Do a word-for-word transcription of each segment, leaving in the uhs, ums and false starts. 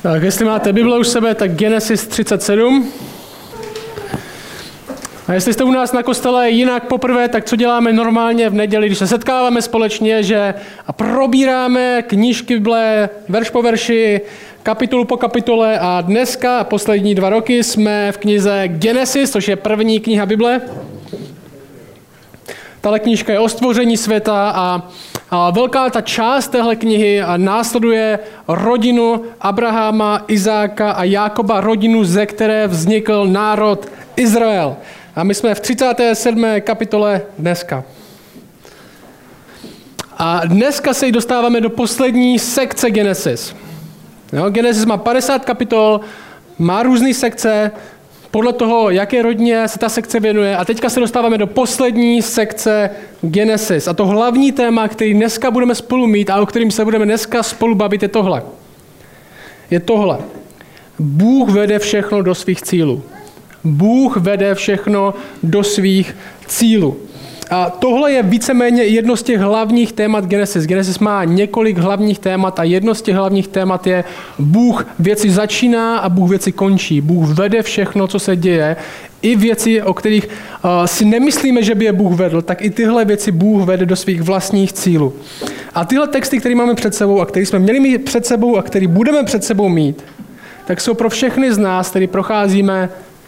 Tak, jestli máte Bible u sebe, tak Genesis třicet sedm. A jestli jste u nás na kostele jinak poprvé, tak co děláme normálně v neděli, když se setkáváme společně, že a probíráme knížky Bible, verš po verši, kapitolu po kapitole a dneska a poslední dva roky jsme v knize Genesis, což je první kniha Bible. Tahle knížka je o stvoření světa a, a velká ta část téhle knihy následuje rodinu Abrahama, Izáka a Jákoba, rodinu, ze které vznikl národ Izrael. A my jsme v třicáté sedmé kapitole dneska. A dneska se dostáváme do poslední sekce Genesis. Jo, Genesis má padesát kapitol, má různé sekce, podle toho, jaké rodině se ta sekce věnuje. A teďka se dostáváme do poslední sekce Genesis. A to hlavní téma, který dneska budeme spolu mít a o kterým se budeme dneska spolu bavit, je tohle. Je tohle. Bůh vede všechno do svých cílů. Bůh vede všechno do svých cílů. A tohle je víceméně jedno z těch hlavních témat Genesis. Genesis má několik hlavních témat a jedno z těch hlavních témat je Bůh věci začíná a Bůh věci končí. Bůh vede všechno, co se děje. I věci, o kterých uh, si nemyslíme, že by je Bůh vedl, tak i tyhle věci Bůh vede do svých vlastních cílů. A tyhle texty, které máme před sebou a které jsme měli mít před sebou a které budeme před sebou mít, tak jsou pro všechny z nás, kteří procházíme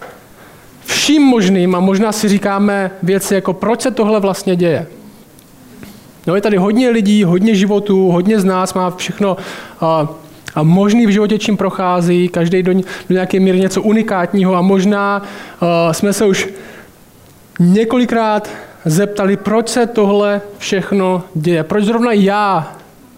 vším možným a možná si říkáme věci jako proč se tohle vlastně děje. No, je tady hodně lidí, hodně životů, hodně z nás má všechno a, a možný v životě, čím prochází, každý do, do nějaké míry něco unikátního a možná a, jsme se už několikrát zeptali, proč se tohle všechno děje. Proč zrovna já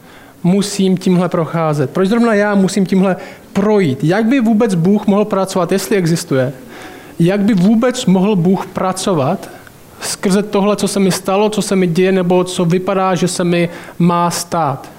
musím tímhle procházet? Proč zrovna já musím tímhle projít? Jak by vůbec Bůh mohl pracovat, jestli existuje? Jak by vůbec mohl Bůh pracovat skrze tohle, co se mi stalo, co se mi děje, nebo co vypadá, že se mi má stát?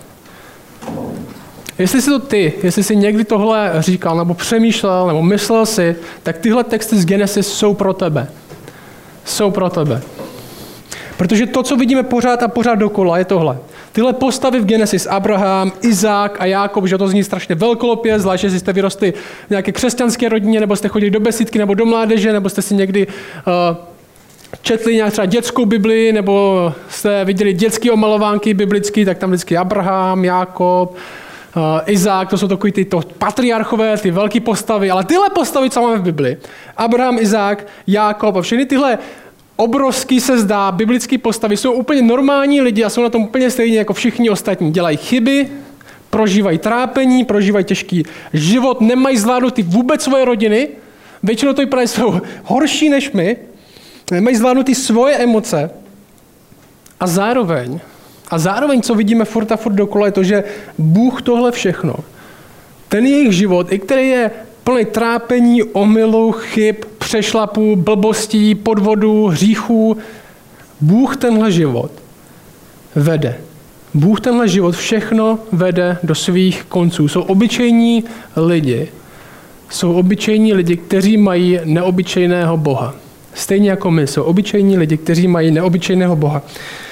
Jestli si to ty, jestli si někdy tohle říkal, nebo přemýšlel, nebo myslel si, tak tyhle texty z Genesis jsou pro tebe. Jsou pro tebe. Protože to, co vidíme pořád a pořád dokola, je tohle. Tyhle postavy v Genesis, Abraham, Izák a Jákob, že to zní strašně velkolopě, zvlášť, jestli jste vyrostli v nějaké křesťanské rodině, nebo jste chodili do besídky, nebo do mládeže, nebo jste si někdy uh, četli nějak třeba dětskou Bibli, nebo jste viděli dětské omalovánky biblické, tak tam vždycky Abraham, Jákob, uh, Izák, to jsou takový ty to patriarchové, ty velké postavy, ale tyhle postavy, co máme v Bibli, Abraham, Izák, Jákob a všechny tyhle obrovský se zdá, biblické postavy jsou úplně normální lidi a jsou na tom úplně stejně jako všichni ostatní. Dělají chyby, prožívají trápení, prožívají těžký život, nemají zvládnutý vůbec svoje rodiny, většinou to vypadá, jsou horší než my, nemají zvládnutý svoje emoce a zároveň, a zároveň, co vidíme furt a furt dokola, je to, že Bůh tohle všechno, ten jejich život, i který je plný trápení, omylů, chyb, přešlapů, blbostí, podvodů, hříchů. Bůh tenhle život vede. Bůh tenhle život všechno vede do svých konců. Jsou obyčejní lidi. Jsou obyčejní lidi, kteří mají neobyčejného Boha. Stejně jako my. Jsou obyčejní lidi, kteří mají neobyčejného Boha.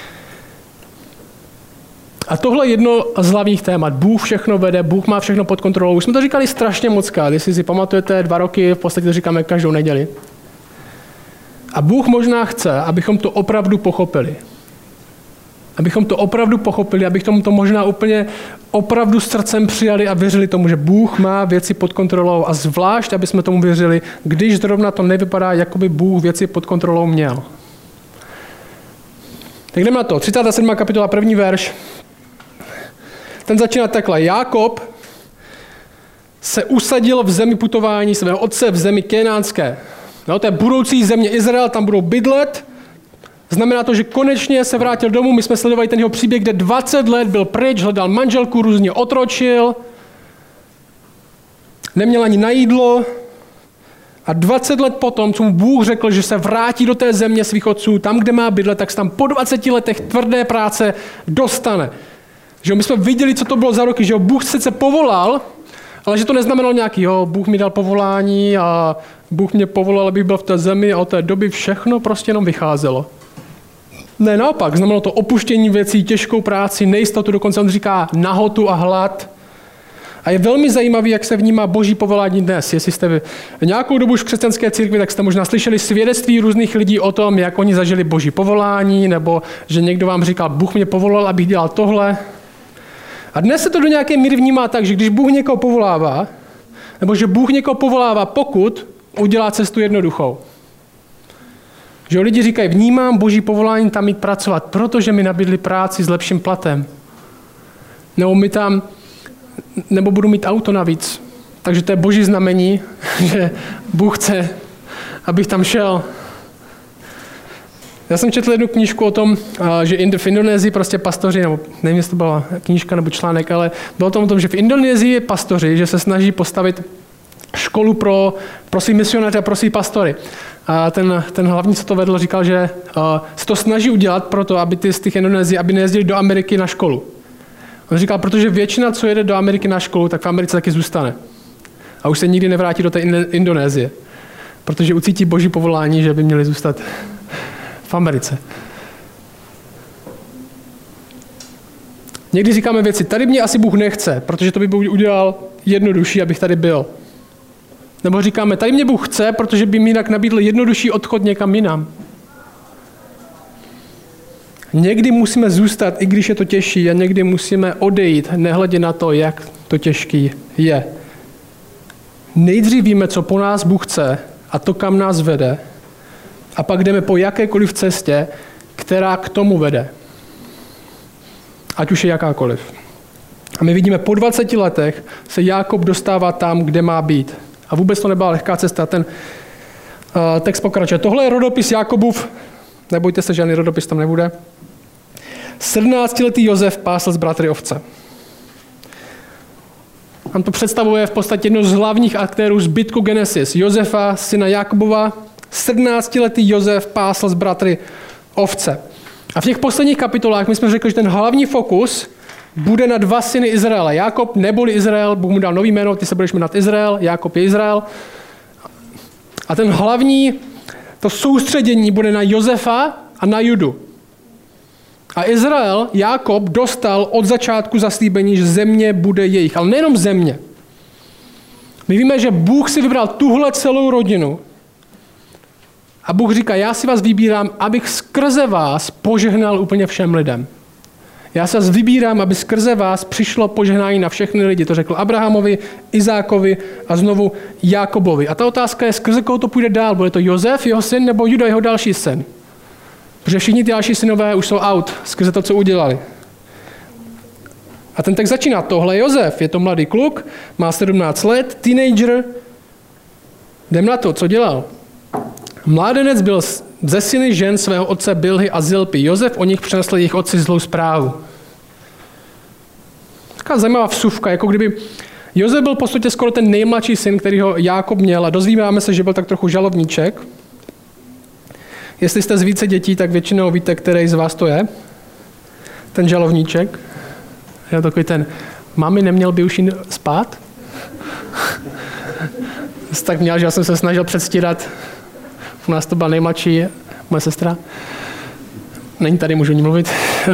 A tohle je jedno z hlavních témat. Bůh všechno vede, Bůh má všechno pod kontrolou. Už jsme to říkali strašně mockrát, jestli si pamatujete, dva roky, v podstatě to říkáme každou neděli. A Bůh možná chce, abychom to opravdu pochopili. Abychom to opravdu pochopili, abychom to možná úplně opravdu srdcem přijali a věřili tomu, že Bůh má věci pod kontrolou a zvlášť, aby jsme tomu věřili, když zrovna to nevypadá, jako by Bůh věci pod kontrolou měl. Tak jdeme na to. třicátá sedmá kapitola, první verš. Ten začíná takhle. Jákob se usadil v zemi putování svého otce v zemi Kénánské. No, to je budoucí země Izrael, tam budou bydlet. Znamená to, že konečně se vrátil domů. My jsme sledovali ten jeho příběh, kde dvacet let byl pryč, hledal manželku, různě otročil, neměl ani na jídlo. A dvacet let potom, co mu Bůh řekl, že se vrátí do té země svých otců, tam, kde má bydlet, tak se tam po dvaceti letech tvrdé práce dostane. Že my jsme viděli, co to bylo za roky, že ho Bůh sice povolal, ale že to neznamenalo nějaký, jo, Bůh mi dal povolání a Bůh mě povolal, abych byl v té zemi a od té doby všechno prostě jenom vycházelo. Ne, naopak, znamenalo to opuštění věcí, těžkou práci, nejistotu, dokonce on říká nahotu a hlad. A je velmi zajímavý, jak se vnímá boží povolání dnes. Jestli jste nějakou dobu už v křesťanské církvi, tak jste možná slyšeli svědectví různých lidí o tom, jak oni zažili boží povolání, nebo že někdo vám říkal, Bůh mě povolal, abych dělal tohle. A dnes se to do nějaké míry vnímá tak, že když Bůh někoho povolává, nebo že Bůh někoho povolává, pokud udělá cestu jednoduchou. Že lidi říkají, vnímám boží povolání tam jít pracovat, protože mi nabídli práci s lepším platem. Nebo mi tam, nebo budu mít auto navíc. Takže to je boží znamení, že Bůh chce, abych tam šel. Já jsem četl jednu knížku o tom, že v Indonésii prostě pastoři, nebo nevím, jestli to byla knížka nebo článek, ale bylo to o tom, že v Indonésii pastoři, že se snaží postavit školu pro, pro svý misionáře a pro svý pastory. A ten, ten hlavní, co to vedl, říkal, že uh, se to snaží udělat proto, aby ty z těch Indonésií, aby nejezdili do Ameriky na školu. On říkal, protože většina, co jede do Ameriky na školu, tak v Americe taky zůstane. A už se nikdy nevrátí do té Indonésie. Protože ucítí boží povolání, že by měli zůstat v Americe. Někdy říkáme věci, tady mě asi Bůh nechce, protože to by Bůh udělal jednodušší, abych tady byl. Nebo říkáme, tady mě Bůh chce, protože by mi jinak nabídl jednodušší odchod někam jinam. Někdy musíme zůstat, i když je to těžší, a někdy musíme odejít, nehledě na to, jak to těžký je. Nejdřív víme, co po nás Bůh chce a to, kam nás vede, a pak jdeme po jakékoliv cestě, která k tomu vede. Ať už je jakákoliv. A my vidíme, po dvaceti letech se Jákob dostává tam, kde má být. A vůbec to nebyla lehká cesta. Ten uh, text pokračuje. Tohle je rodopis Jákobův. Nebojte se, žádný rodopis tam nebude. sedmnáctiletý Josef pásl s bratry ovce. Tam to představuje v podstatě jedno z hlavních aktérů zbytku Genesis. Josefa, syna Jákobova. sedmnáctiletý Josef pásl s bratry ovce. A v těch posledních kapitolách my jsme řekli, že ten hlavní fokus bude na dva syny Izraele. Jákob neboli Izrael, Bůh mu dal nový jméno, ty se budeš jmenovat Izrael, Jákob je Izrael. A ten hlavní, to soustředění bude na Josefa a na Judu. A Izrael, Jákob, dostal od začátku zaslíbení, že země bude jejich. Ale nejenom země. My víme, že Bůh si vybral tuhle celou rodinu. A Bůh říká, já si vás vybírám, abych skrze vás požehnal úplně všem lidem. Já se vás vybírám, aby skrze vás přišlo požehnání na všechny lidi. To řekl Abrahamovi, Izákovi a znovu Jákobovi. A ta otázka je, skrze koho to půjde dál. Bude to Josef, jeho syn, nebo Juda, jeho další syn? Protože všichni ty další synové už jsou out skrze to, co udělali. A ten text začíná. Tohle je Josef, je to mladý kluk, má sedmnáct let, teenager. Jdem na to, co dělal. Mládenec byl ze syny žen svého otce Bilhy a Zilpy. Josef o nich přinesl jejich otci zlou zprávu. Taková zajímavá vsuvka, jako kdyby Josef byl v podstatě skoro ten nejmladší syn, který ho Jákob měl, a dozvíváme se, že byl tak trochu žalovníček. Jestli jste z více dětí, tak většinou víte, který z vás to je. Ten žalovníček. Je takový ten, mami, neměl by už jít spát? Tak měl, že já jsem se snažil předstírat. U nás to byla nejmladší, moje sestra. Není tady, můžu ní mluvit.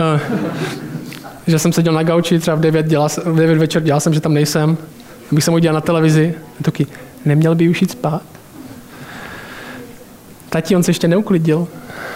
Že jsem seděl na gauči, třeba v devět, dělal, v devět večer, dělal jsem, že tam nejsem. Abych se mu dělal na televizi. Taky, neměl by už jít spát? Tati, on se ještě neuklidil.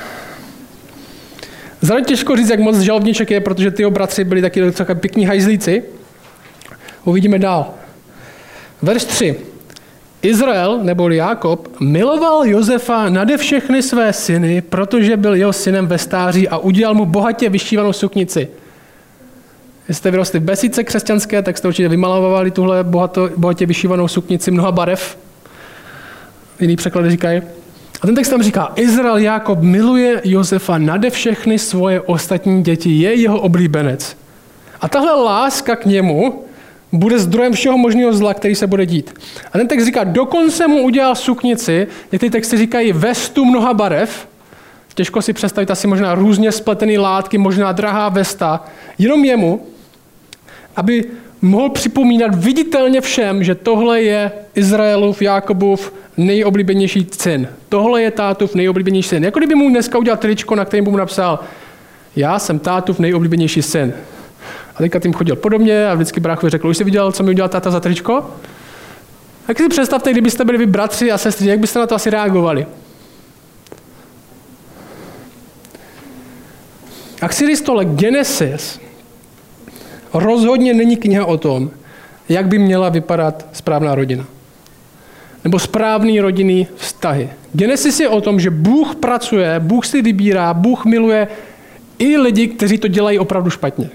Zároveň těžko říct, jak moc žalobníček je, protože ty jeho bratři byli taky docela pěkní hajzlíci. Uvidíme dál. Verš tři. Izrael, neboli Jákob, miloval Josefa nade všechny své syny, protože byl jeho synem ve stáří a udělal mu bohatě vyšívanou suknici. Jestli jste vyrostli v besídce křesťanské, tak jste určitě vymalovali tuhle bohato, bohatě vyšívanou suknici mnoha barev. Jiný překlady říkají. A ten text tam říká, Izrael Jákob miluje Josefa nade všechny svoje ostatní děti, je jeho oblíbenec. A tahle láska k němu bude zdrojem všeho možného zla, který se bude dít. A ten text říká, dokonce mu udělal suknici, některé texty říkají vestu mnoha barev, těžko si představit asi možná různě spletený látky, možná drahá vesta, jenom jemu, aby mohl připomínat viditelně všem, že tohle je Izraelův, Jákobův nejoblíbenější syn. Tohle je tátův nejoblíbenější syn. Jako kdyby mu dneska udělal tričko, na kterém mu napsal, já jsem tátův nejoblíbenější syn. A teďka tím chodil podobně a vždycky bráchovi řekl, už jsi viděl, co mi udělal táta za tričko? Tak si představte, kdybyste byli vy bratři a sestry, jak byste na to asi reagovali? A chci říct tohle, Genesis rozhodně není kniha o tom, jak by měla vypadat správná rodina. Nebo správný rodinný vztahy. Genesis je o tom, že Bůh pracuje, Bůh si vybírá, Bůh miluje i lidi, kteří to dělají opravdu špatně.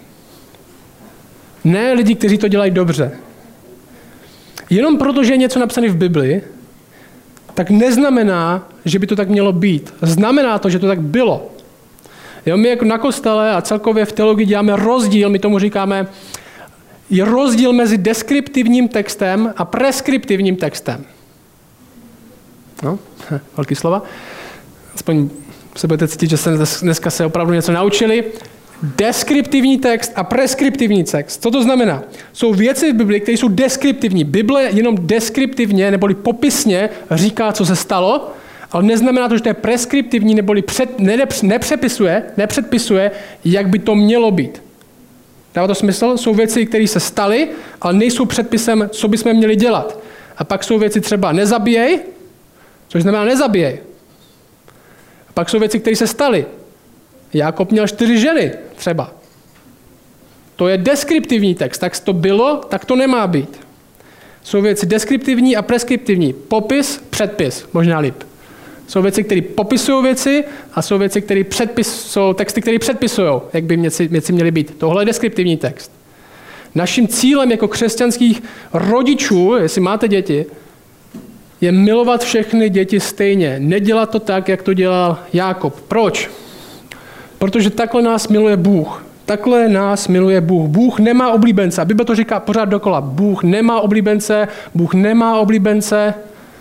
Ne lidi, kteří to dělají dobře. Jenom proto, že je něco napsané v Bibli, tak neznamená, že by to tak mělo být. Znamená to, že to tak bylo. Jo, my jako na kostele a celkově v teologii děláme rozdíl, my tomu říkáme, je rozdíl mezi deskriptivním textem a preskriptivním textem. No, velký slova. Aspoň se budete cítit, že se dneska se opravdu něco naučili. Deskriptivní text a preskriptivní text. Co to znamená? Jsou věci v Bibli, které jsou deskriptivní. Bible jenom deskriptivně neboli popisně říká, co se stalo, ale neznamená to, že to je preskriptivní neboli před, ne, nepřepisuje, nepředpisuje, jak by to mělo být. Dává to smysl? Jsou věci, které se staly, ale nejsou předpisem, co bychom měli dělat. A pak jsou věci třeba nezabíjej, což znamená nezabíjej. A pak jsou věci, které se staly. Jákob měl čtyři ženy třeba. To je deskriptivní text. Tak to bylo, tak to nemá být. Jsou věci deskriptivní a preskriptivní. Popis, předpis, možná líp. Jsou věci, které popisují věci a jsou věci, které předpis, jsou texty, které předpisují, jak by věci, věci měly být. Tohle je deskriptivní text. Naším cílem jako křesťanských rodičů, jestli máte děti, je milovat všechny děti stejně. Nedělat to tak, jak to dělal Jákob. Proč? Protože takhle nás miluje Bůh. Takhle nás miluje Bůh. Bůh nemá oblíbence. A Bible to říká pořád dokola. Bůh nemá oblíbence, Bůh nemá oblíbence.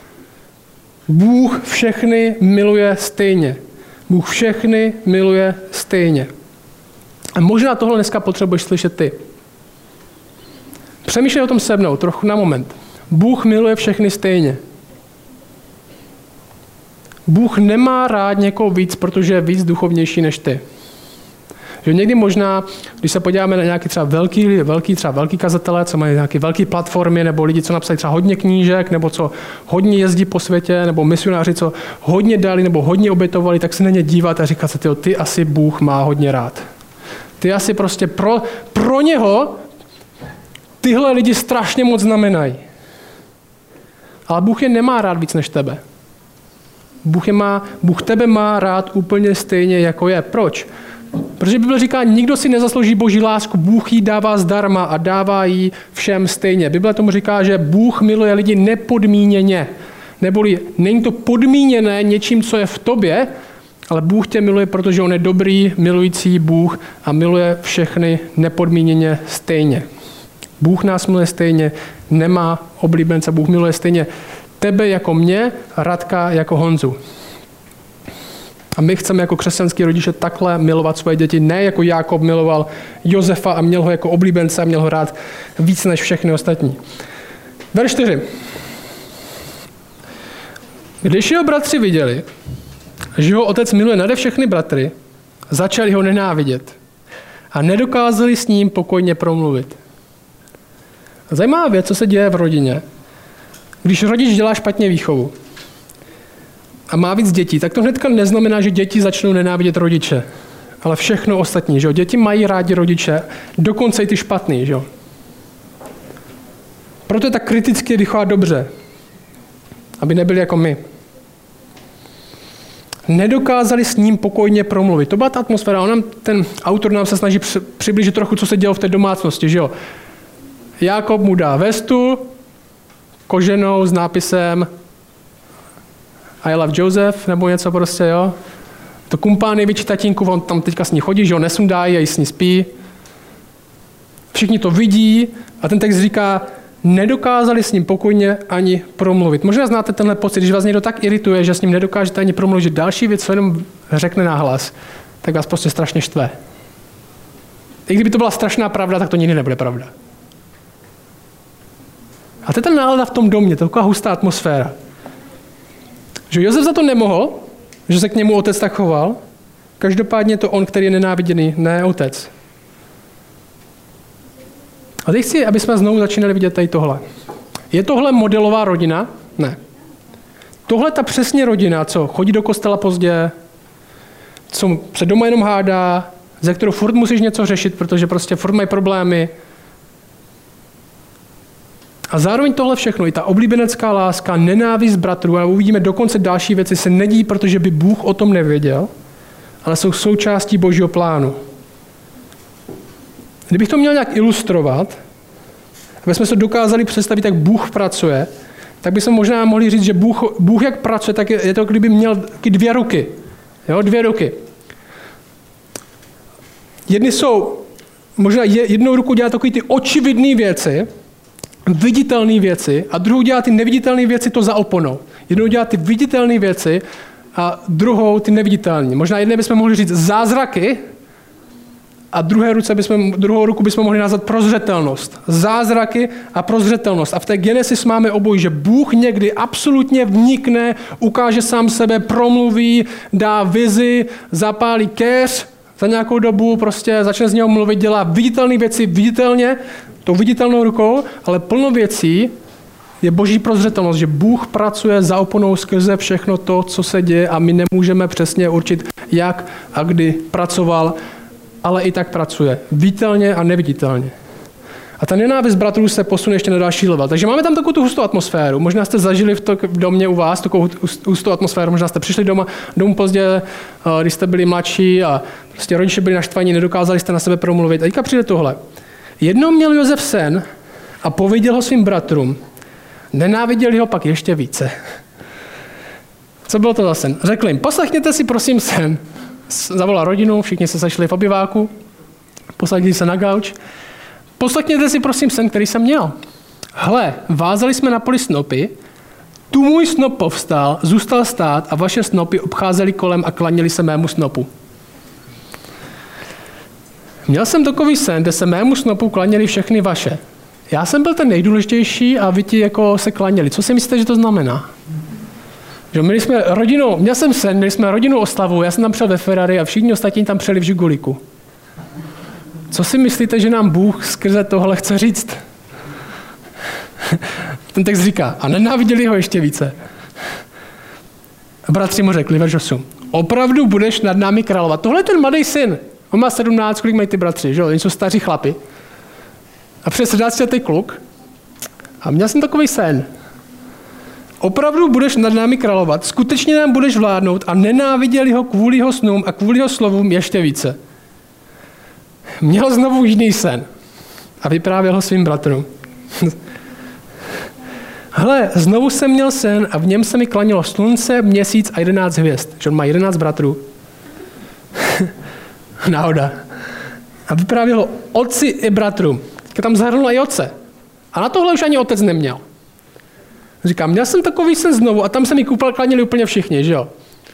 Bůh všechny miluje stejně. Bůh všechny miluje stejně. A možná tohle dneska potřebuješ slyšet ty. Přemýšlej o tom se mnou trochu na moment. Bůh miluje všechny stejně. Bůh nemá rád někoho víc, protože je víc duchovnější než ty. Že někdy možná, když se podíváme na nějaký třeba velký, velký, třeba velký kazatelé, co mají nějaké velké platformy, nebo lidi, co napsali třeba hodně knížek, nebo co hodně jezdí po světě, nebo misionáři, co hodně dali, nebo hodně obětovali, tak se na ně dívat a říkat se, tyjo, ty asi Bůh má hodně rád. Ty asi prostě pro, pro něho tyhle lidi strašně moc znamenají. Ale Bůh je nemá rád víc než tebe. Bůh, je má, Bůh tebe má rád úplně stejně, jako je. Proč? Protože Bible říká, nikdo si nezaslouží Boží lásku, Bůh jí dává zdarma a dává jí všem stejně. Bible tomu říká, že Bůh miluje lidi nepodmíněně. Neboli není to podmíněné něčím, co je v tobě, ale Bůh tě miluje, protože on je dobrý, milující Bůh a miluje všechny nepodmíněně stejně. Bůh nás miluje stejně, nemá oblíbence, Bůh miluje stejně tebe jako mě, Radka jako Honzu. A my chceme jako křesťanský rodiče takhle milovat svoje děti, ne jako Jákob miloval Josefa a měl ho jako oblíbence a měl ho rád víc než všechny ostatní. Verš čtyři. Když jeho bratři viděli, že ho otec miluje nade všechny bratry, začali ho nenávidět a nedokázali s ním pokojně promluvit. Zajímavá věc, co se děje v rodině. Když rodič dělá špatně výchovu a má víc dětí, tak to hnedka neznamená, že děti začnou nenávidět rodiče, ale všechno ostatní. Že jo? Děti mají rádi rodiče, dokonce i ty špatný. Že jo? Proto je tak kriticky vychovat dobře, aby nebyli jako my. Nedokázali s ním pokojně promluvit. To byla ta atmosféra. On, ten autor nám se snaží přiblížit trochu, co se dělo v té domácnosti. Že jo? Jákob mu dá vestu, koženou s nápisem I love Joseph, nebo něco prostě, jo. To kumpán největší tatínku, on tam teďka s ní chodí, že ho nesundají a jí s ní spí. Všichni to vidí a ten text říká, nedokázali s ním pokojně ani promluvit. Možná znáte tenhle pocit, když vás někdo tak irituje, že s ním nedokážete ani promluvit, že další věc, co jenom řekne nahlas, tak vás prostě strašně štve. I kdyby to byla strašná pravda, tak to nikdy nebude pravda. A to je ten nálada v tom domě, to je taková hustá atmosféra. Že Josef za to nemohl, že se k němu otec tak choval, každopádně je to on, který je nenáviděný, ne otec. A teď chci, aby jsme znovu začínali vidět tady tohle. Je tohle modelová rodina? Ne. Tohle ta přesně rodina, co chodí do kostela pozdě, co se doma jenom hádá, ze kterou furt musíš něco řešit, protože prostě furt mají problémy. A zároveň tohle všechno, i ta oblíbenecká láska, nenávist bratrů, a uvidíme dokonce další věci, se nedí, protože by Bůh o tom nevěděl, ale jsou součástí Božího plánu. Kdybych to měl nějak ilustrovat, aby jsme se dokázali představit, jak Bůh pracuje, tak bychom možná mohli říct, že Bůh, Bůh jak pracuje, tak je, je to, kdyby měl taky dvě ruky. Jo, dvě ruky. Jedny jsou, možná jednou rukou dělá takové ty očividné věci, viditelné věci, a druhou dělá ty neviditelné věci to za oponou. Jednou dělá ty viditelné věci a druhou ty neviditelné. Možná jedné bychom mohli říct zázraky a druhé ruce bychom, druhou ruku bychom mohli nazvat prozřetelnost. Zázraky a prozřetelnost. A v té Genesis máme obojí, že Bůh někdy absolutně vnikne, ukáže sám sebe, promluví, dá vizi, zapálí keř za nějakou dobu, prostě začne z něho mluvit, dělá viditelné věci viditelně, tou viditelnou rukou, ale plno věcí je Boží prozřetelnost, že Bůh pracuje za oponou skrze všechno to, co se děje a my nemůžeme přesně určit, jak a kdy pracoval, ale i tak pracuje. Viditelně a neviditelně. A ta nenávist bratrů se posune ještě na další level. Takže máme tam takovou tu hustou atmosféru. Možná jste zažili v, to, v domě u vás takovou hustou atmosféru. Možná jste přišli doma, domů pozdě, když jste byli mladší a prostě rodiče byli naštvaní, nedokázali jste na sebe promluvit. A teďka přijde tohle. Jednou měl Josef sen a pověděl ho svým bratrům. Nenáviděli ho pak ještě více. Co bylo to za sen? Řekl jim, poslechněte si prosím sen. Zavolal rodinu, všichni se sešli v obyváku, posadili se na gauč. Poslechněte si prosím sen, který jsem měl. Hle, vázali jsme na poli snopy, tu můj snop povstal, zůstal stát a vaše snopy obcházely kolem a klaněli se mému snopu. Měl jsem takový sen, kde se mému snopu klaněli všechny vaše. Já jsem byl ten nejdůležitější a vy ti jako se klaněli. Co si myslíte, že to znamená? Že měli jsme rodinu, měl jsem sen, měli jsme rodinu oslavu, já jsem tam přijel ve Ferrari a všichni ostatní tam přijeli v Žiguliku. Co si myslíte, že nám Bůh skrze tohle chce říct? Ten text říká, a nenáviděli ho ještě více. A bratři mu řekli, verš osm, opravdu budeš nad námi královat. Tohle je ten mladý syn. On má sedmnáct, kolik mají ty bratři, že jo? Oni jsou staří chlapi. A přes sedmnáctiletý kluk. A měl jsem takový sen. Opravdu budeš nad námi královat, skutečně nám budeš vládnout a nenáviděli ho kvůli jeho snům a kvůli jeho slovům ještě více. Měl znovu jiný sen a vyprávěl ho svým bratrům. Hle, znovu jsem měl sen a v něm se mi klanilo slunce, měsíc a jedenáct hvězd. Že on má jedenáct bratrů. Náhoda. A vyprávěl ho otci i bratrům. Tam zahrnul i otce. A na tohle už ani otec neměl. Říkám, měl jsem takový sen znovu a tam se mi klanili úplně všichni, že jo?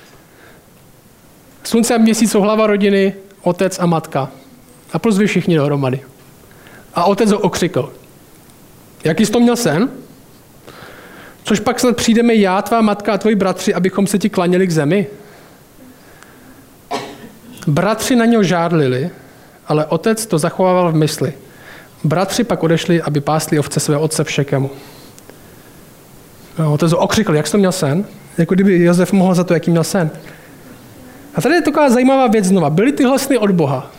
Slunce a měsíc jsou hlava rodiny, otec a matka. A plus vy všichni dohromady. A otec ho okřikl. Jaký jsi to měl sen? Což pak snad přijdeme já, tvá matka a tvoji bratři, abychom se ti klaněli k zemi? Bratři na něho žádlili, ale otec to zachovával v mysli. Bratři pak odešli, aby pásli ovce své otce v Šekemu. No, otec ho okřikl, jak jsi to měl sen? Jako kdyby Josef mohl za to, jaký měl sen. A tady je taková zajímavá věc znova. Byly tyhle sny od Boha?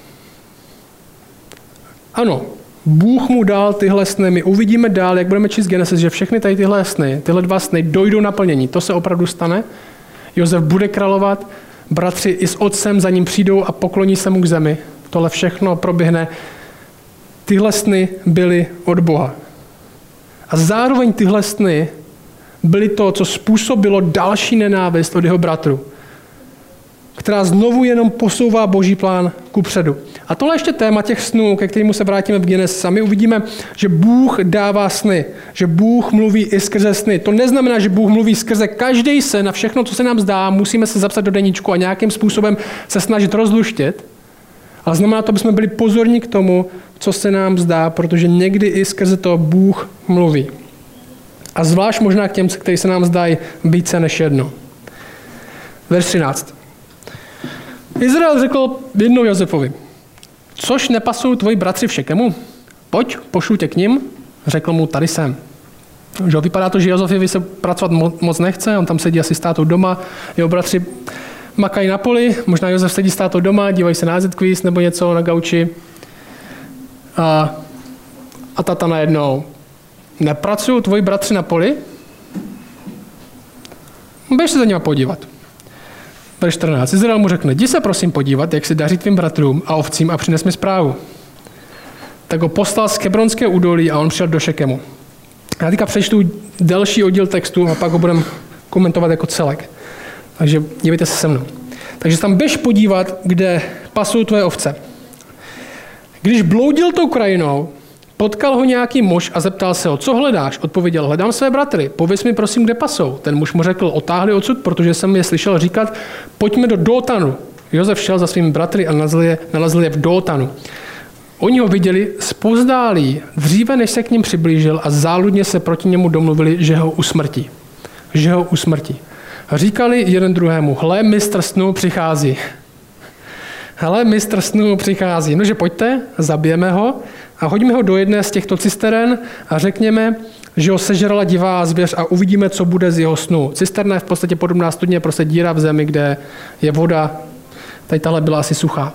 Ano, Bůh mu dal tyhle sny. My uvidíme dál, jak budeme číst Genesis, že všechny tady tyhle sny, tyhle dva sny dojdou naplnění. To se opravdu stane. Josef bude královat, bratři i s otcem za ním přijdou a pokloní se mu k zemi. Tohle všechno proběhne. Tyhle sny byly od Boha. A zároveň tyhle sny byly to, co způsobilo další nenávist od jeho bratru, která znovu jenom posouvá Boží plán kupředu. A tohle ještě téma těch snů, ke kterému se vrátíme v Genesis. A my uvidíme, že Bůh dává sny, že Bůh mluví i skrze sny. To neznamená, že Bůh mluví skrze každý sen a všechno, co se nám zdá, musíme se zapsat do deníčku a nějakým způsobem se snažit rozluštit. Ale znamená to, aby jsme byli pozorní k tomu, co se nám zdá, protože někdy i skrze to Bůh mluví. A zvlášť možná k těm, kteří se nám zdají více než jedno. Verš třináct. Izrael řekl jednou Josefovi, což nepasují tvoji bratři v Šekemu? pojď, pošlu tě k ním, řekl mu, tady jsem. Že vypadá to, že Josefovi se pracovat moc nechce, on tam sedí asi s tátou doma, jeho bratři makají na poli, možná Josef sedí s tátou doma, dívají se na Z-Quiz nebo něco na gauči. A, a tata najednou, nepracují tvoji bratři na poli? Běž se za nima podívat. Verš čtrnáct. Izrael mu řekne, jdi se prosím podívat, jak se daří tvým bratrům a ovcím a přines mi zprávu. Tak ho poslal z Kebronské údolí a on přijel do Šekemu. Já teďka přečtu delší oddíl textu a pak ho budeme komentovat jako celek. Takže dívejte se se mnou. Takže tam běž podívat, kde pasou tvoje ovce. Když bloudil tou krajinou, potkal ho nějaký muž a zeptal se ho, co hledáš? Odpověděl, hledám své bratry, pověz mi prosím, kde pasou. Ten muž mu řekl, otáhli odsud, protože jsem je slyšel říkat, pojďme do Dótanu. Josef šel za svými bratry a nalezl je, nalezl je v Dótanu. Oni ho viděli zpozdálí, dříve než se k ním přiblížil a záludně se proti němu domluvili, že ho usmrtí. Že ho usmrtí. Říkali jeden druhému, hle, mistr snů přichází. Hele, mistr snů přichází. Nože pojďte, zabijeme ho a hoďme ho do jedné z těchto cisteren a řekněme, že ho sežrala divá zvěř a uvidíme, co bude z jeho snu. Cisterna je v podstatě podobná studně, prostě díra v zemi, kde je voda. Tady tahle byla asi suchá.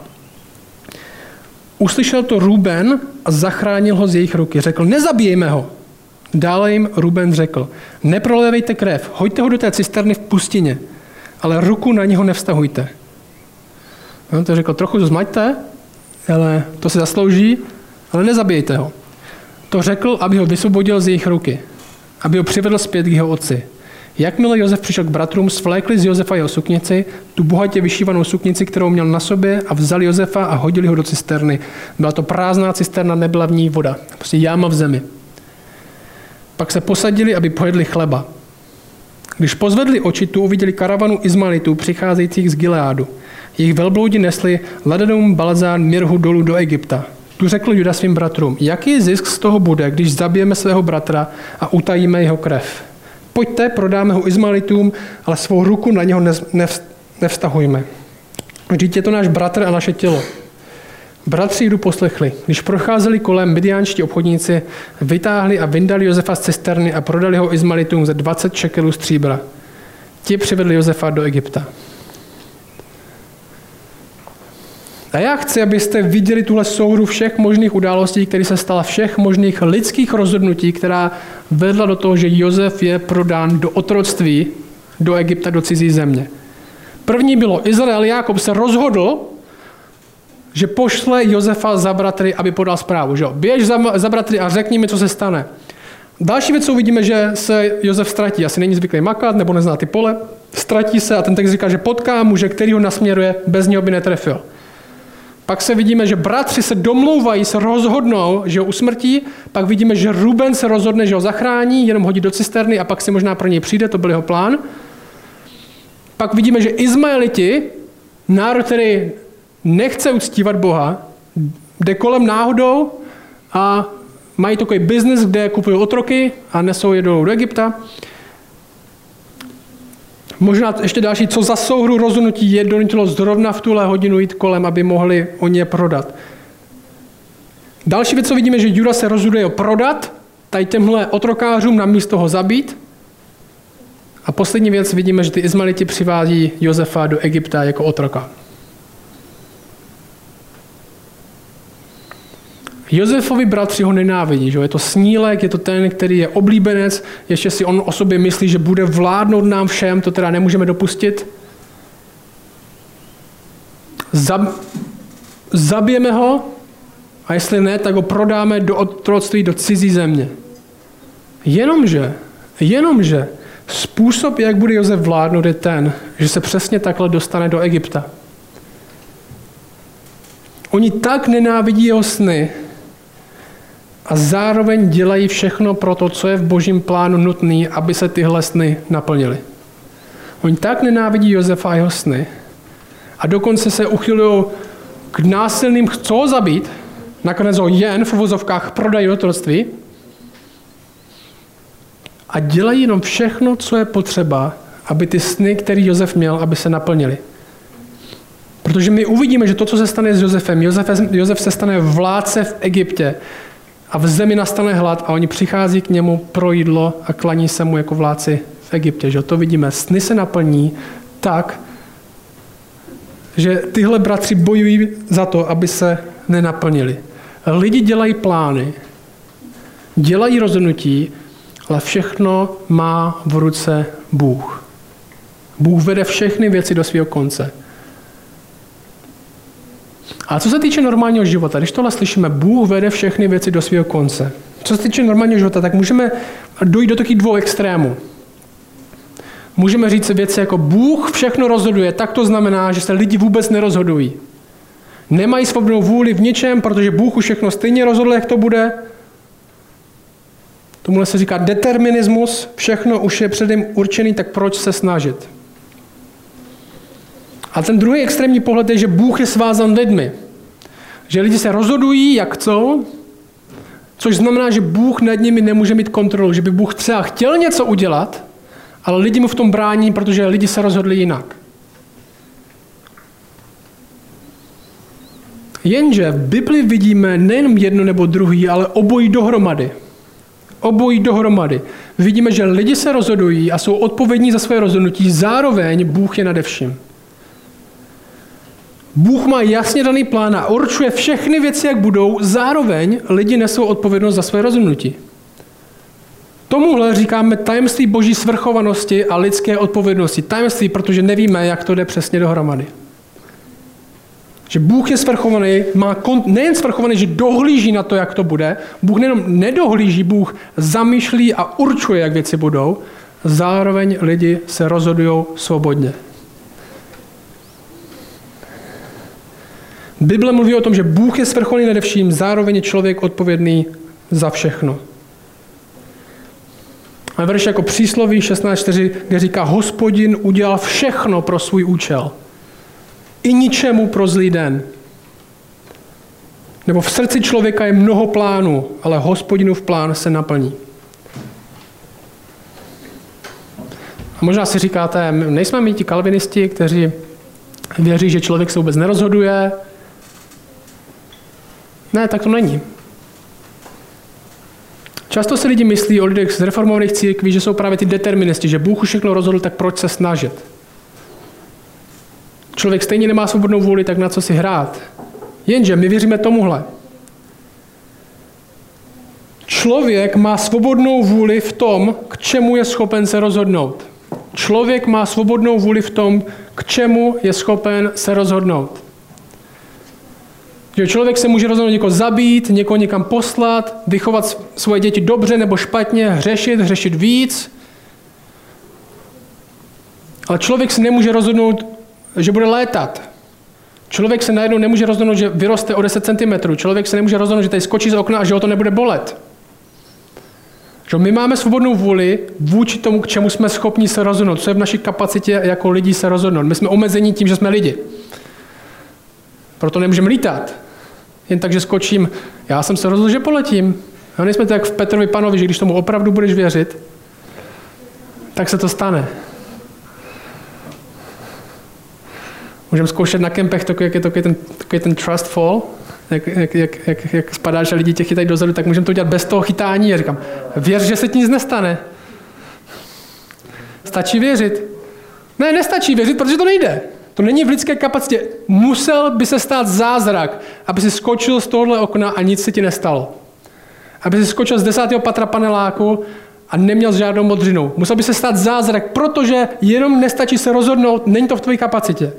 Uslyšel to Ruben a zachránil ho z jejich ruky. Řekl, nezabijejme ho. Dále jim Ruben řekl, neprolévejte krev, hoďte ho do té cisterny v pustině, ale ruku na něho nevztahujte. No, to řekl, trochu to zmaťte, ale to si zaslouží, ale nezabijejte ho. To řekl, aby ho vysvobodil z jejich ruky, aby ho přivedl zpět k jeho otci. Jakmile Josef přišel k bratrům, svlékli z Josefa jeho suknici, tu bohatě vyšívanou suknici, kterou měl na sobě, a vzali Josefa a hodili ho do cisterny. Byla to prázdná cisterna, nebyla v ní voda, prostě jáma v zemi. Pak se posadili, aby pojedli chleba. Když pozvedli oči, tu uviděli karavanu Izmaelitů přicházejících z Gileádu. Jejich velbloudi nesli Ladadum, Balzán, Mirhu dolů do Egypta. Tu řekl Juda svým bratrům, jaký zisk z toho bude, když zabijeme svého bratra a utajíme jeho krev. Pojďte, prodáme ho Izmaelitům, ale svou ruku na něho nevztahujme. Vždyť je to náš bratr a naše tělo. Bratři Judu poslechli. Když procházeli kolem, midiánští obchodníci vytáhli a vyndali Josefa z cisterny a prodali ho Izmaelitům za dvacet šekelů stříbra. Ti přivedli Josefa do Egypta. A já chci, abyste viděli tuhle souhru všech možných událostí, které se stala, všech možných lidských rozhodnutí, která vedla do toho, že Josef je prodán do otroctví, do Egypta, do cizí země. První bylo, Izrael Jákob se rozhodl, že pošle Josefa za bratry, aby podal zprávu. Že? Běž za, za bratry a řekni mi, co se stane. Další věc, co vidíme, že se Josef ztratí. Asi není zvyklý makat, nebo nezná ty pole. Ztratí se a ten text říká, že potká muže, který ho nasměruje, bez něho by netrefil. Pak se vidíme, že bratři se domlouvají, se rozhodnou, že ho usmrtí. Pak vidíme, že Ruben se rozhodne, že ho zachrání, jenom hodí do cisterny a pak si možná pro něj přijde, to byl jeho plán. Pak vidíme, že Izmaeliti, národ, který nechce uctívat Boha, jde kolem náhodou a mají takový biznis, kde kupují otroky a nesou je dolů do Egypta. Možná ještě další, co za souhru rozhodnutí je donutilo zrovna v tuhle hodinu jít kolem, aby mohli oni je prodat. Další věc, co vidíme, že Juda se rozhoduje ho prodat, tady těmhle otrokářům na místo ho zabít. A poslední věc, vidíme, že ty Izmaeliti přivází Josefa do Egypta jako otroka. Josefovi bratři ho nenávidí, že? Je to snílek, je to ten, který je oblíbenec, ještě si on o sobě myslí, že bude vládnout nám všem, to teda nemůžeme dopustit. Zab... Zabijeme ho a jestli ne, tak ho prodáme do otroctví do cizí země. Jenomže, jenomže způsob, jak bude Josef vládnout, je ten, že se přesně takhle dostane do Egypta. Oni tak nenávidí jeho sny a zároveň dělají všechno pro to, co je v Božím plánu nutné, aby se tyhle sny naplnily. Oni tak nenávidí Josefa a jeho sny a dokonce se uchylují k násilným, chcou ho zabít, nakonec ho jen v uvozovkách prodají do otroctví a dělají jenom všechno, co je potřeba, aby ty sny, který Josef měl, aby se naplnily. Protože my uvidíme, že to, co se stane s Josefem, Josef, Josef se stane vládce v Egyptě a v zemi nastane hlad a oni přichází k němu pro jídlo a klaní se mu jako vládci v Egyptě. Že? To vidíme. Sny se naplní tak, že tyhle bratři bojují za to, aby se nenaplnili. Lidi dělají plány, dělají rozhodnutí, ale všechno má v ruce Bůh. Bůh vede všechny věci do svého konce. A co se týče normálního života, když tohle slyšíme, Bůh vede všechny věci do svého konce. Co se týče normálního života, tak můžeme dojít do takových dvou extrémů. Můžeme říct věci jako Bůh všechno rozhoduje, tak to znamená, že se lidi vůbec nerozhodují. Nemají svobodnou vůli v ničem, protože Bůh už všechno stejně rozhodl, jak to bude. Tomuhle se říká determinismus, všechno už je předem určený, tak proč se snažit? A ten druhý extrémní pohled je, že Bůh je svázan lidmi. Že lidi se rozhodují, jak chcou, což znamená, že Bůh nad nimi nemůže mít kontrolu. Že by Bůh třeba chtěl něco udělat, ale lidi mu v tom brání, protože lidi se rozhodli jinak. Jenže v Bibli vidíme nejen jedno nebo druhý, ale obojí dohromady. Obojí dohromady. Vidíme, že lidi se rozhodují a jsou odpovědní za své rozhodnutí, zároveň Bůh je nade vším. Bůh má jasně daný plán a určuje všechny věci, jak budou, zároveň lidi nesou odpovědnost za své rozhodnutí. Tomuhle říkáme tajemství boží svrchovanosti a lidské odpovědnosti. Tajemství, protože nevíme, jak to jde přesně dohromady. Že Bůh je svrchovaný, má kont- nejen svrchovaný, že dohlíží na to, jak to bude. Bůh nejenom nedohlíží, Bůh zamýšlí a určuje, jak věci budou. Zároveň lidi se rozhodují svobodně. Bible mluví o tom, že Bůh je svrchovaný nade vším, zároveň je člověk odpovědný za všechno. A verš jako přísloví šestnáct čtyři, kde říká, Hospodin udělal všechno pro svůj účel. I ničemu pro zlý den. Nebo v srdci člověka je mnoho plánů, ale Hospodinův plán se naplní. A možná si říkáte, nejsme my ti kalvinisti, kteří věří, že člověk se vůbec nerozhoduje. Ne, tak to není. Často si lidi myslí o lidech z reformovaných církví, že jsou právě ty deterministi, že Bůh už všechno rozhodl, tak proč se snažit? Člověk stejně nemá svobodnou vůli, tak na co si hrát? Jenže my věříme tomuhle. Člověk má svobodnou vůli v tom, k čemu je schopen se rozhodnout. Člověk má svobodnou vůli v tom, k čemu je schopen se rozhodnout. Že člověk se může rozhodnout někoho zabít, někoho někam poslat, vychovat svoje děti dobře nebo špatně, hřešit, hřešit víc. Ale člověk se nemůže rozhodnout, že bude létat. Člověk se najednou nemůže rozhodnout, že vyroste o deset centimetrů. Člověk se nemůže rozhodnout, že tady skočí z okna a že ho to nebude bolet. Že my máme svobodnou vůli vůči tomu, k čemu jsme schopni se rozhodnout, co je v naší kapacitě jako lidí se rozhodnout. My jsme omezení tím, že jsme lidi. Proto nemůžeme lítat. Jen tak, že skočím. Já jsem se rozhodl, že poletím. A nejsme to jak v Petrovi Panovi, že když tomu opravdu budeš věřit, tak se to stane. Můžeme zkoušet na kempech takový, jak je takový ten, takový ten trust fall, jak, jak, jak, jak, jak spadáš a lidi tě chytají dozadu, tak můžeme to udělat bez toho chytání. A říkám, věř, že se ti nic nestane. Stačí věřit. Ne, nestačí věřit, protože to nejde. To není v lidské kapacitě. Musel by se stát zázrak, aby si skočil z tohohle okna a nic se ti nestalo. Aby si skočil z desátého patra paneláku a neměl žádnou modřinu. Musel by se stát zázrak, protože jenom nestačí se rozhodnout, není to v tvojí kapacitě.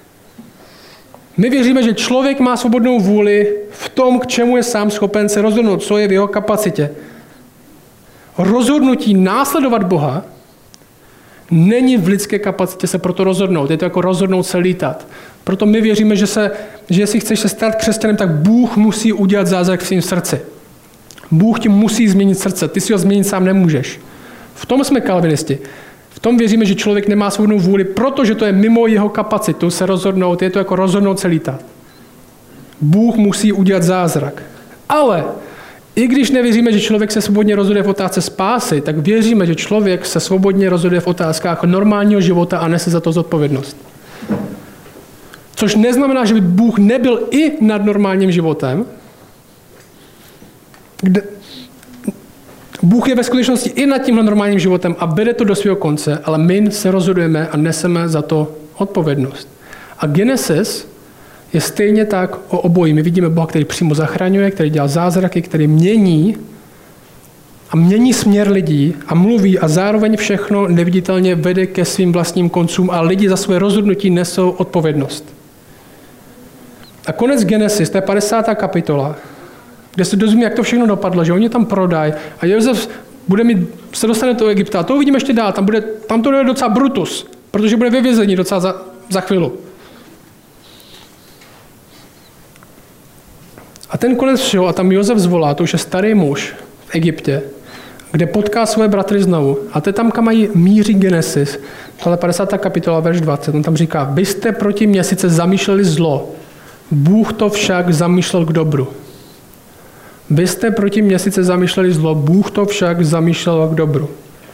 My věříme, že člověk má svobodnou vůli v tom, k čemu je sám schopen se rozhodnout, co je v jeho kapacitě. Rozhodnutí následovat Boha není v lidské kapacitě se proto rozhodnout. Je to jako rozhodnout se lítat. Proto my věříme, že, se, že jestli chceš se stát křesťanem, tak Bůh musí udělat zázrak v svém srdci. Bůh ti musí změnit srdce. Ty si ho změnit sám nemůžeš. V tom jsme kalvinisti. V tom věříme, že člověk nemá svobodnou vůli, protože to je mimo jeho kapacitu se rozhodnout. Je to jako rozhodnout se lítat. Bůh musí udělat zázrak. Ale i když nevěříme, že člověk se svobodně rozhoduje v otázce spásy, tak věříme, že člověk se svobodně rozhoduje v otázkách normálního života a nese za to zodpovědnost. Což neznamená, že by Bůh nebyl i nad normálním životem, kde Bůh je ve skutečnosti i nad tímhle normálním životem a vede to do svého konce, ale my se rozhodujeme a neseme za to odpovědnost. A Genesis je stejně tak o obojí. My vidíme Boha, který přímo zachraňuje, který dělá zázraky, který mění a mění směr lidí a mluví a zároveň všechno neviditelně vede ke svým vlastním koncům a lidi za své rozhodnutí nesou odpovědnost. A konec Genesis, to je padesátá kapitola, kde se dozvíme, jak to všechno dopadlo, že oni tam prodají a Josef bude mít, se dostane do Egypta. A to uvidíme ještě dál, tam, bude, tam to bude docela Brutus, protože bude ve vězení docela za, za chvíli. A ten konec všeho, a tam Josef zvolá, to už je starý muž v Egyptě, kde potká své bratry znovu. A to je tam, kam mají míří Genesis. Tohle padesátá kapitola, verš dvacet. On tam říká, vy jste proti mně sice zamýšleli zlo, Bůh to však zamýšlel k dobru. Vy jste proti mně sice zamýšleli zlo, Bůh to však zamýšlel k dobru.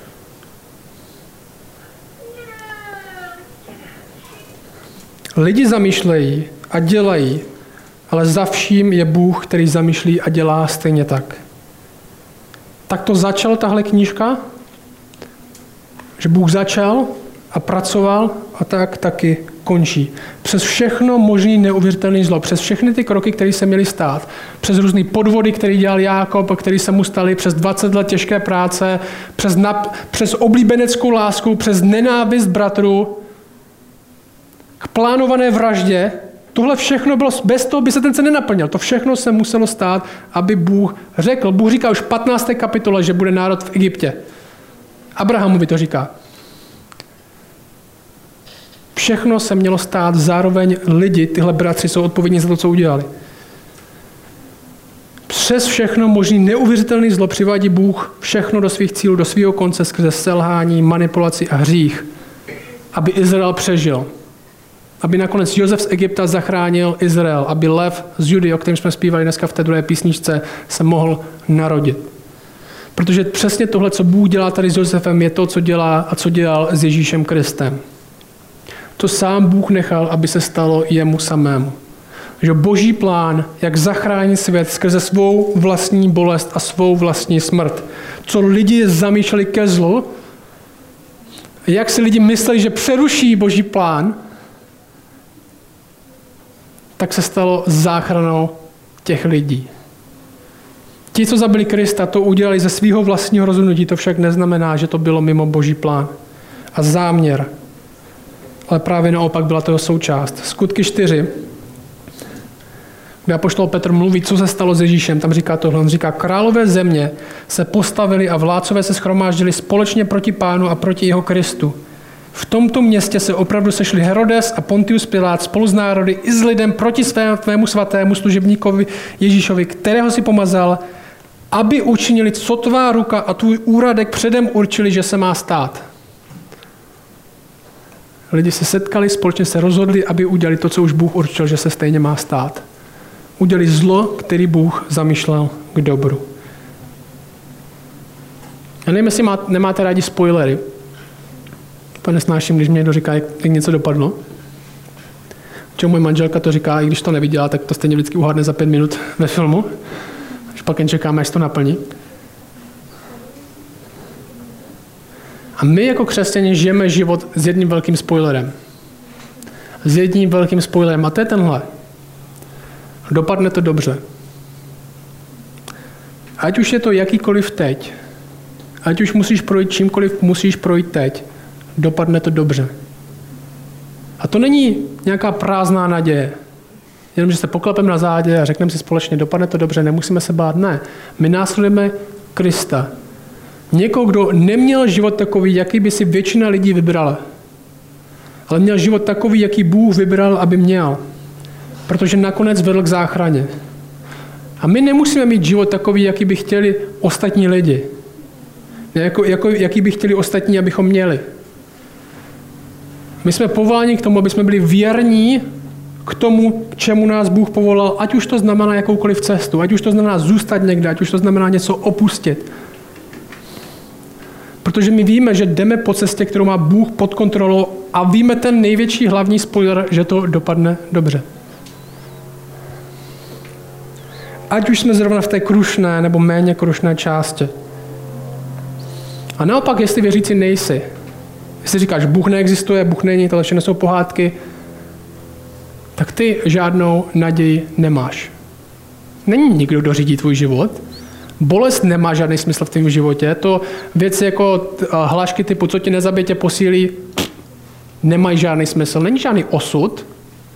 Lidi zamýšlejí a dělají, ale za vším je Bůh, který zamýšlí a dělá stejně tak. Tak to začala tahle knížka, že Bůh začal a pracoval a tak taky končí. Přes všechno možný neuvěřitelný zlo, přes všechny ty kroky, které se měly stát, přes různý podvody, který dělal Jákob, který se mu staly, přes dvacet let těžké práce, přes, nap, přes oblíbeneckou lásku, přes nenávist bratrů, k plánované vraždě, tohle všechno bylo, bez toho by se ten sen nenaplnil. To všechno se muselo stát, aby Bůh řekl. Bůh říká už v patnácté kapitole, že bude národ v Egyptě. Abrahamovi to říká. Všechno se mělo stát, zároveň lidi, tyhle bratři, jsou odpovědní za to, co udělali. Přes všechno možný neuvěřitelný zlo přivádí Bůh všechno do svých cílů, do svého konce skrze selhání, manipulaci a hřích, aby Izrael přežil. Aby nakonec Josef z Egypta zachránil Izrael, aby lev z Judy, o kterém jsme zpívali dneska v té druhé písničce, se mohl narodit. Protože přesně tohle, co Bůh dělá tady s Josefem, je to, co dělá a co dělal s Ježíšem Kristem. To sám Bůh nechal, aby se stalo jemu samému. Že boží plán, jak zachránit svět skrze svou vlastní bolest a svou vlastní smrt. Co lidi zamýšleli ke zlu, jak si lidi mysleli, že přeruší boží plán, tak se stalo záchranou těch lidí. Ti, co zabili Krista, to udělali ze svého vlastního rozhodnutí, to však neznamená, že to bylo mimo boží plán a záměr. Ale právě naopak byla toho součást. Skutky čtyři, kde apoštol Petr mluví, co se stalo s Ježíšem, tam říká tohle, on říká, králové země se postavili a vládcové se shromáždili společně proti Pánu a proti jeho Kristu. V tomto městě se opravdu sešli Herodes a Pontius Pilát spolu s národy i s lidem proti svému svatému služebníkovi Ježíšovi, kterého si pomazal, aby učinili, co tvá ruka a tvůj úradek předem určili, že se má stát. Lidi se setkali, společně se rozhodli, aby udělali to, co už Bůh určil, že se stejně má stát. Udělali zlo, který Bůh zamýšlel k dobru. Já nevím, jestli má, nemáte rádi spoilery. To nesnáším, když mě někdo říká, jak, jak něco dopadlo. Čemu moje manželka to říká, i když to neviděla, tak to stejně vždycky uhádne za pět minut ve filmu. Až pak jen čekáme, až to naplní. A my jako křesťané žijeme život s jedním velkým spoilerem. S jedním velkým spoilerem. A to je tenhle. Dopadne to dobře. Ať už je to jakýkoliv teď, ať už musíš projít čímkoliv musíš projít teď, dopadne to dobře. A to není nějaká prázdná naděje. Jenom, že se poklepeme na zádě a řekneme si společně, dopadne to dobře, nemusíme se bát. Ne. My následujeme Krista. Někoho, kdo neměl život takový, jaký by si většina lidí vybrala. Ale měl život takový, jaký Bůh vybral, aby měl. Protože nakonec vedl k záchraně. A my nemusíme mít život takový, jaký by chtěli ostatní lidi. Jako, jako, jaký by chtěli ostatní, abychom měli. My jsme povoláni k tomu, aby jsme byli věrní k tomu, k čemu nás Bůh povolal, ať už to znamená jakoukoliv cestu, ať už to znamená zůstat někde, ať už to znamená něco opustit. Protože my víme, že jdeme po cestě, kterou má Bůh pod kontrolou a víme ten největší hlavní spoiler, že to dopadne dobře. ať už jsme zrovna v té krušné nebo méně krušné části. A naopak, jestli věřící nejsi, jestli říkáš, Bůh neexistuje, Bůh není, tohle všechno jsou pohádky, tak ty žádnou naději nemáš. Není nikdo, kdo řídí tvůj život. Bolest nemá žádný smysl v tvém životě. To věci jako hlášky typu, co tě nezabije, tě posílí, nemají žádný smysl. Není žádný osud.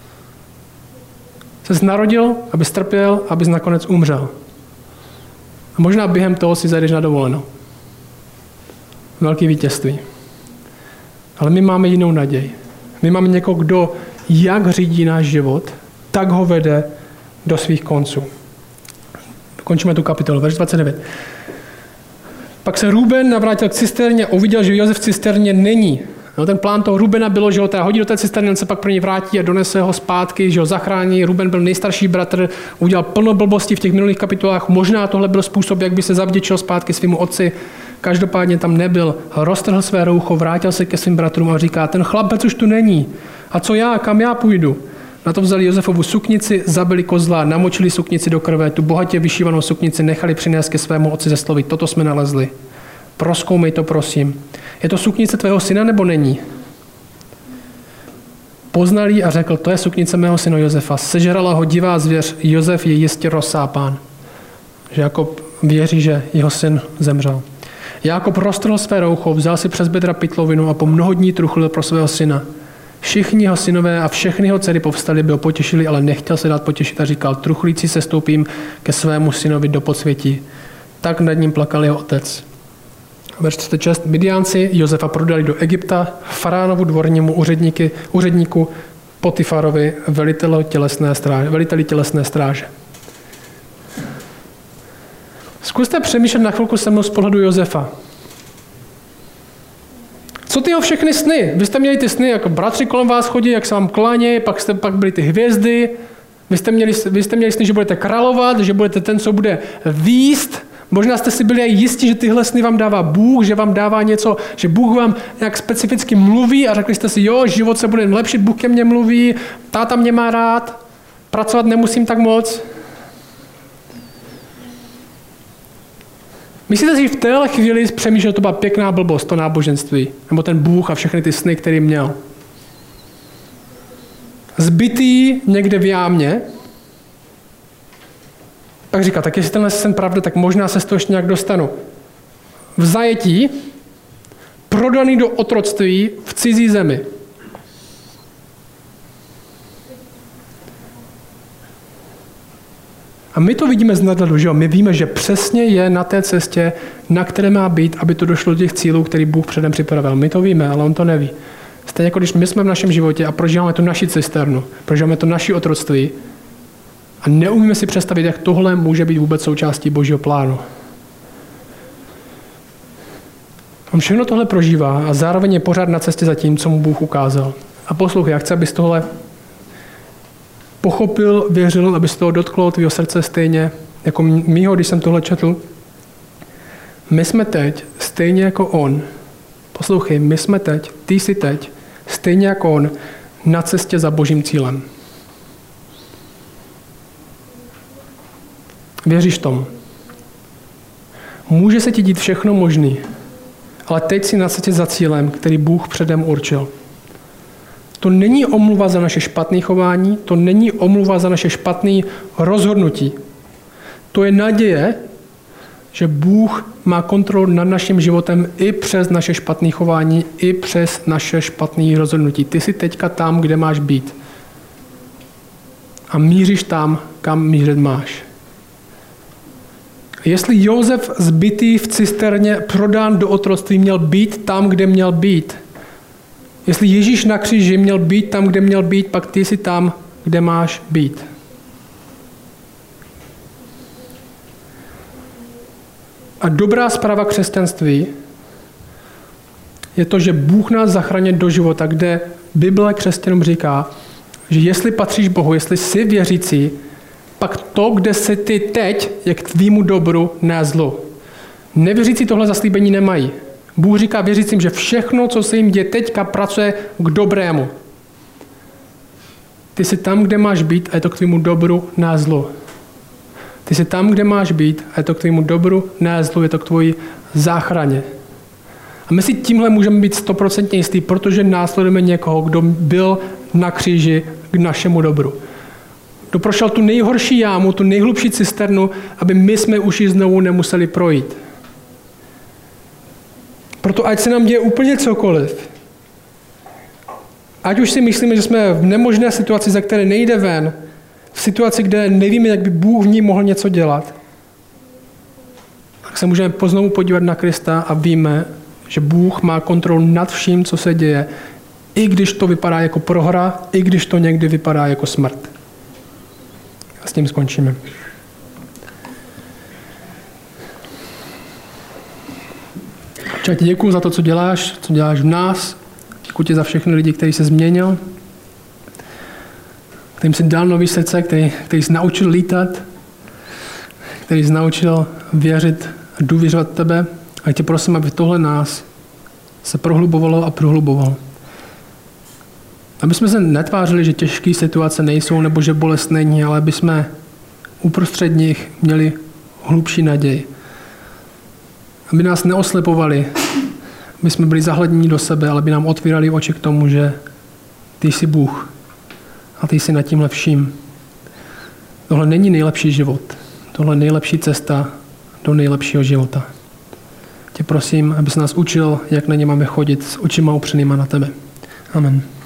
Jsi narodil, abys trpěl, abys nakonec umřel. A možná během toho si zajdeš na dovolenou. Velký vítězství. Ale my máme jinou naději. My máme někoho, kdo jak řídí náš život, tak ho vede do svých konců. Končíme tu kapitolu, verš dvacet devět. Pak se Ruben navrátil k cisterně a uviděl, že Josef v cisterně není. No, ten plán toho Rubena bylo, že ho teda hodí do té cisterny, on se pak pro něj vrátí a donese ho zpátky, že ho zachrání. Ruben byl nejstarší bratr, udělal plno blbostí v těch minulých kapitolách. Možná tohle byl způsob, jak by se zavděčil zpátky svému otci. Každopádně tam nebyl. Roztrhl své roucho, vrátil se ke svým bratrům a říká, ten chlapec už tu není. A co já, kam já půjdu? Na to vzali Josefovu suknici, zabili kozla, namočili suknici do krve, tu bohatě vyšívanou suknici nechali přinést ke svému otci ze slovy, toto jsme nalezli. Prozkoumej to, prosím. Je to suknice tvého syna, nebo není? Poznal ji a řekl, to je suknice mého syna Josefa. Sežrala ho divá zvěř, Josef je jistě rozsápán. Že Jakob věří, že jeho syn zemřel. Jákob roztrhl své roucho, vzal si přes bedra pytlovinu a po mnoho dní truchlil pro svého syna. Všichni jeho synové a všechny jeho dcery povstali, by ho potěšili, ale nechtěl se dát potěšit a říkal, truchlíci se stoupím ke svému synovi do podsvětí. Tak nad ním plakal jeho otec. Verš třicet šest. Midiánci Josefa prodali do Egypta, faraonovu dvornímu úředníky, úředníku Potifarovi, veliteli tělesné stráže. Veliteli tělesné stráže. Zkuste přemýšlet na chvilku se mnou z pohledu Josefa. Co ty jeho všechny sny? Vy jste měli ty sny, jako bratři kolem vás chodí, jak se vám klánějí, pak jste pak byly ty hvězdy, vy jste, měli, vy jste měli sny, že budete královat, že budete ten, co bude víst. Možná jste si byli jistí, že tyhle sny vám dává Bůh, že vám dává něco, že Bůh vám nějak specificky mluví a řekli jste si, jo, život se bude lepšit, Bůh ke mně mluví, táta mě má rád, pracovat nemusím tak moc. Myslíte si, že v téhle chvíli přemýšlel, že to byla pěkná blbost, to náboženství, nebo ten Bůh a všechny ty sny, který měl? Zbytý někde v jámě, pak říká, tak jestli tenhle sen pravda, tak možná se z toho ještě nějak dostanu. V zajetí, prodaný do otroctví v cizí zemi. A my to vidíme z nadhledu, že jo? My víme, že přesně je na té cestě, na které má být, aby to došlo do těch cílů, který Bůh předem připravil. My to víme, ale on to neví. Stejně jako když my jsme v našem životě a prožíváme tu naši cisternu, prožíváme to naši otroctví a neumíme si představit, jak tohle může být vůbec součástí Božího plánu. On všechno tohle prožívá a zároveň je pořád na cestě za tím, co mu Bůh ukázal. A poslouchej, já chci, abys tohle pochopil, věřil, aby se toho dotklo tvýho srdce stejně jako mýho, když jsem tohle četl. My jsme teď, stejně jako on, poslouchej, my jsme teď, ty jsi teď, stejně jako on, na cestě za Božím cílem. Věříš tomu? Může se ti dít všechno možný, ale teď jsi na cestě za cílem, který Bůh předem určil. To není omluva za naše špatné chování, to není omluva za naše špatné rozhodnutí. To je naděje, že Bůh má kontrolu nad naším životem i přes naše špatné chování, i přes naše špatné rozhodnutí. Ty jsi teďka tam, kde máš být. A míříš tam, kam mířit máš. Jestli Josef zbytý v cisterně prodán do otroctví měl být tam, kde měl být, jestli Ježíš na kříži měl být tam, kde měl být, pak ty jsi tam, kde máš být. A dobrá zpráva křesťanství je to, že Bůh nás zachraňuje do života, kde Bible křesťanům říká, že jestli patříš Bohu, jestli jsi věřící, pak to, kde jsi ty teď, je k tvýmu dobru, ne zlu. Nevěřící tohle zaslíbení nemají. Bůh říká věřícím, že všechno, co se jim děje teďka, pracuje k dobrému. Ty jsi tam, kde máš být a je to k tvému dobru, ne zlu. Ty jsi tam, kde máš být a je to k tvému dobru, ne zlu, je to k tvojí záchraně. A my si tímhle můžeme být stoprocentně jistý, protože následujeme někoho, kdo byl na kříži k našemu dobru. Kdo prošel tu nejhorší jámu, tu nejhlubší cisternu, aby my jsme už ji znovu nemuseli projít. Proto ať se nám děje úplně cokoliv, ať už si myslíme, že jsme v nemožné situaci, ze které nejde ven, v situaci, kde nevíme, jak by Bůh v ní mohl něco dělat, tak se můžeme poznovu podívat na Krista a víme, že Bůh má kontrolu nad vším, co se děje, i když to vypadá jako prohra, i když to někdy vypadá jako smrt. A s tím skončíme. Čak ti děkuju za to, co děláš, co děláš v nás. Děkuji ti za všechny lidi, kteří se změnil, kterým jsi dal nový srdce, který, který jsi naučil lítat, který jsi naučil věřit a důvěřovat tebe. A tě prosím, aby tohle nás se prohlubovalo a prohlubovalo. Aby jsme se netvářili, že těžké situace nejsou nebo že bolest není, ale aby jsme uprostřed nich měli hlubší naději. Aby nás neoslepovali, aby jsme byli zahleděni do sebe, ale aby nám otvírali oči k tomu, že ty jsi Bůh a ty jsi nad tímhle vším. Tohle není nejlepší život. Tohle je nejlepší cesta do nejlepšího života. Tě prosím, abys nás učil, jak na ně máme chodit s očima upřenýma na tebe. Amen.